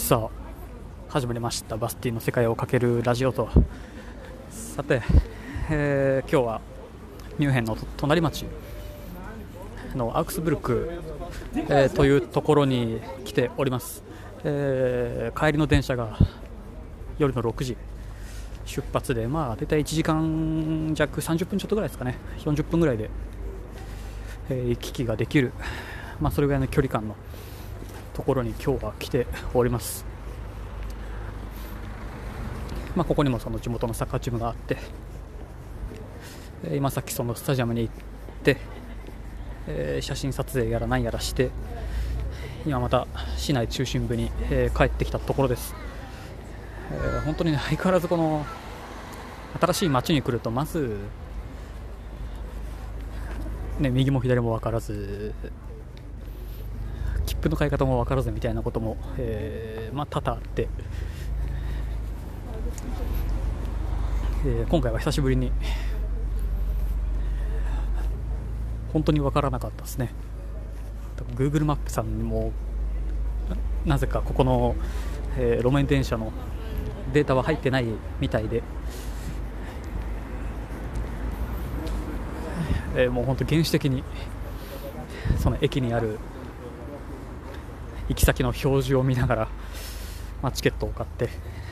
さあ始まりましたバスティの世界をかけるラジオと。さて、今日はミュンヘンの隣町のアウクスブルク、というところに来ております。帰りの電車が夜の6時出発で、だいたい1時間弱30分ちょっとぐらいですかね、40分ぐらいで、行き来ができる、それぐらいの距離感のところに今日は来ております。ここにもその地元のサッカーチームがあって、今さっきそのスタジアムに行って、写真撮影やら何やらして、今また市内中心部に、帰ってきたところです。本当に、相変わらずこの新しい街に来るとまず、右も左も分からず、切符の買い方も分からずみたいなことも、多々あって、今回は久しぶりに本当に分からなかったですね。Google マップさんもなぜかここの、路面電車のデータは入ってないみたいで、もう本当原始的にその駅にある行き先の表示を見ながら、チケットを買って、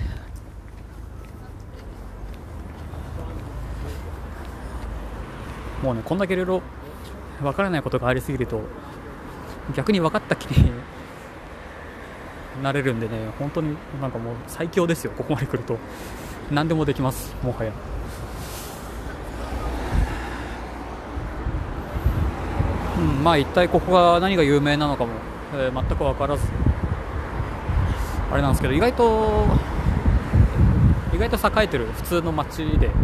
もうね、こんだけいろいろ分からないことがありすぎると逆に分かった気になれるんでね、本当にもう最強ですよ。ここまで来ると何でもできます。もはや一体ここが何が有名なのかも、全く分からずあれなんですけど、意外と栄えてる普通の街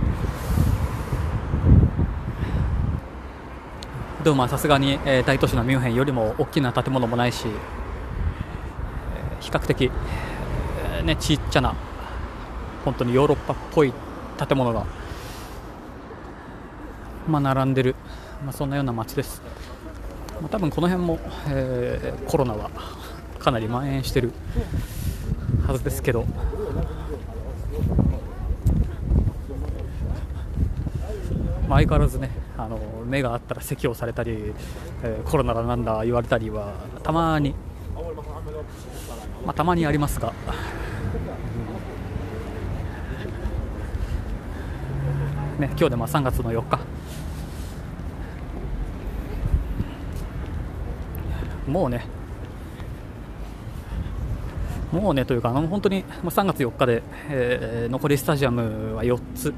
でもさすがに、大都市のミュンヘンよりも大きな建物もないし、比較的、ちっちゃな本当にヨーロッパっぽい建物が、並んでる、そんなような街です。多分この辺も、コロナはかなり蔓延してるはずですけど、相変わらずね、目があったら咳をされたり、コロナだなんだ言われたりはたまにありますが、今日で3月の4日、もうねというか、本当に3月4日で、残りスタジアムは4つ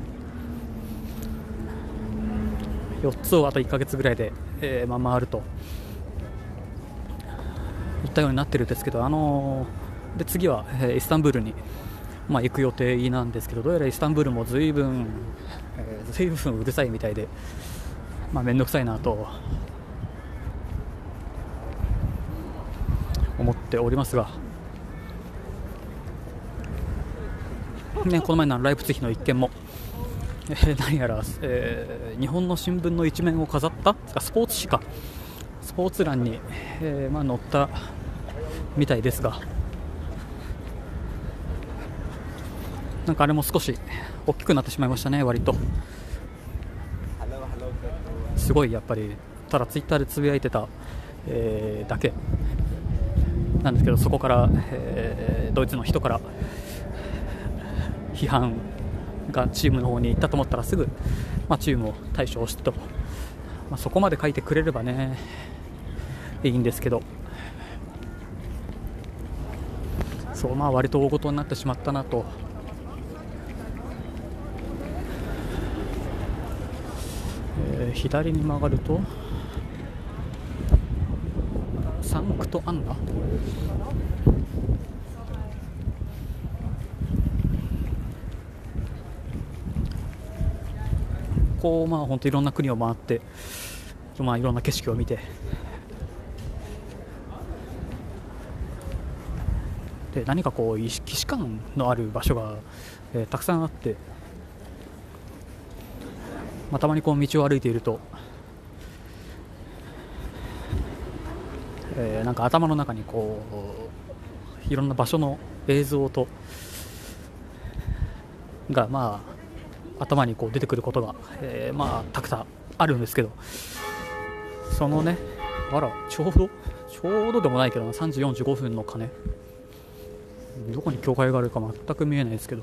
をあと1ヶ月ぐらいで、回るといったようになってるんですけど、で次は、イスタンブールに、行く予定なんですけど、どうやらイスタンブールも随分うるさいみたいで、めんどくさいなと思っておりますが、この前のライプツィヒの一件も、何やら、日本の新聞の一面を飾ったスポーツ紙か、スポーツ欄に、載ったみたいですが、あれも少し大きくなってしまいましたね。割とすごい、やっぱりただツイッターでつぶやいてた、だけなんですけど、そこから、ドイツの人から批判がチームの方に行ったと思ったら、すぐ、チームを対処してと、そこまで書いてくれればねいいんですけど、割と大事になってしまったなと。左に曲がるとサンクトアンナ、本当いろんな国を回って、いろんな景色を見て、で何か既視感のある場所が、たくさんあって、たまに道を歩いていると、頭の中にいろんな場所の映像とが頭にこう出てくることが、たくさんあるんですけど、そのね、ちょうどでもないけど3時45分の鐘、どこに教会があるか全く見えないですけど、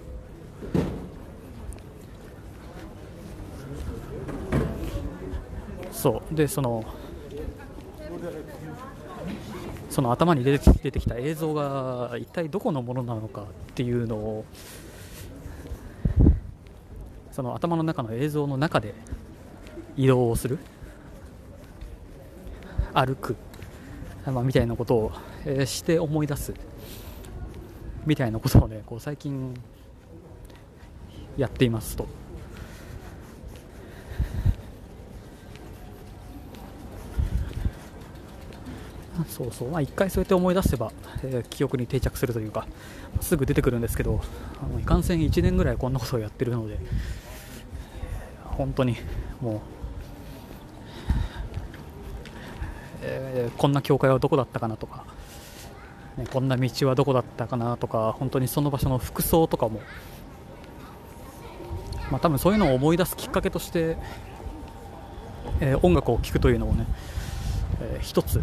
そうで、その頭に出てきた映像が一体どこのものなのかっていうのを、その頭の中の映像の中で移動をする、歩く、みたいなことを、して思い出すみたいなことをね、こう最近やっていますと。一回そうやって思い出せば、記憶に定着するというか、すぐ出てくるんですけど、いかんせん1年ぐらいこんなことをやってるので、本当にもう、こんな教会はどこだったかなとか、こんな道はどこだったかなとか、本当にその場所の服装とかも、多分そういうのを思い出すきっかけとして、音楽を聴くというのもね、一つ、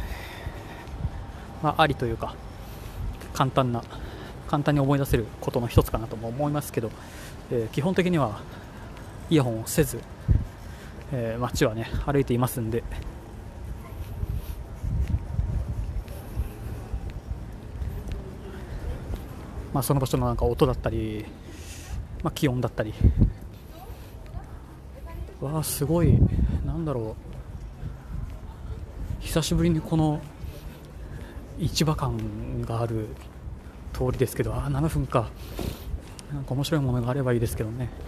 ありというか、簡単に思い出せることの一つかなとも思いますけど、基本的にはイヤホンをせず、街はね歩いていますんで、その場所の音だったり、気温だったり、すごい、久しぶりにこの市場感がある通りですけど、7分か、面白いものがあればいいですけどね。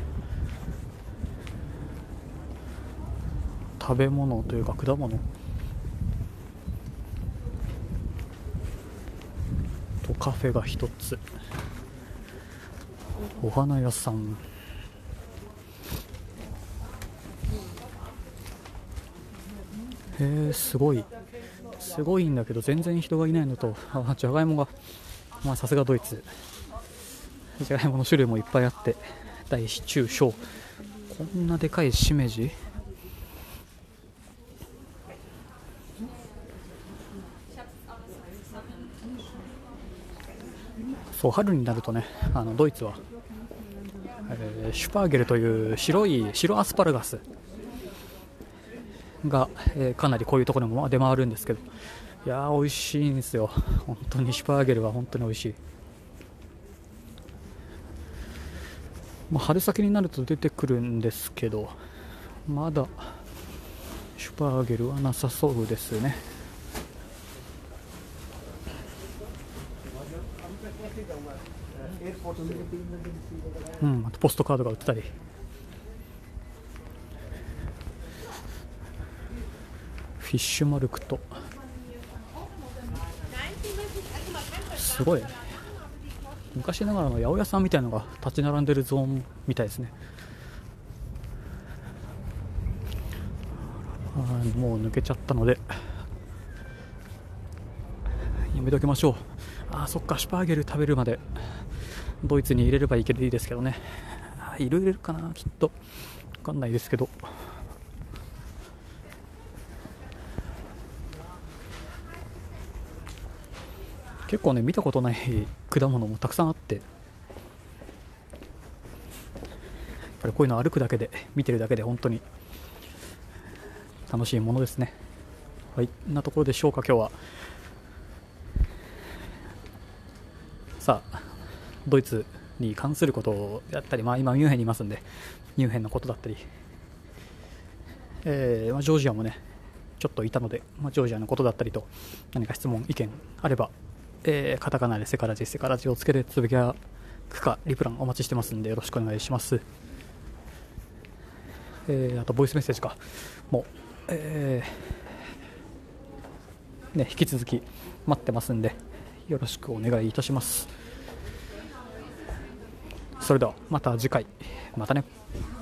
食べ物というか果物とカフェが一つ、お花屋さん、すごいんだけど全然人がいないのと、じゃがいもが、さすがドイツ、じゃがいもの種類もいっぱいあって、大中小、こんなでかいしめじ、春になるとね、ドイツは、シュパーゲルという白アスパラガスが、かなりこういうところにも出回るんですけど、いやー美味しいんですよ。本当にシュパーゲルは本当に美味しい。春先になると出てくるんですけど、まだシュパーゲルはなさそうですね。あとポストカードが売ってたり、フィッシュマルクと、すごい昔ながらの八百屋さんみたいなのが立ち並んでるゾーンみたいですね。もう抜けちゃったのでやめときましょう。そっか、シュパーゲル食べるまでドイツに入れればいいですけどね。入れるかな、きっと分かんないですけど、結構ね見たことない果物もたくさんあって、やっぱりこういうの歩くだけで、見てるだけで本当に楽しいものですね。はい、なところでしょうか。今日はドイツに関することだったり、今ミュンヘンにいますんで、ミュンヘンのことだったり、ジョージアもねちょっといたので、ジョージアのことだったりと、何か質問意見あれば、カタカナでセカラジをつけてつぶやくかリプランお待ちしてますんで、よろしくお願いします。あとボイスメッセージも、引き続き待ってますんで、よろしくお願いいたします。それではまた次回、またね。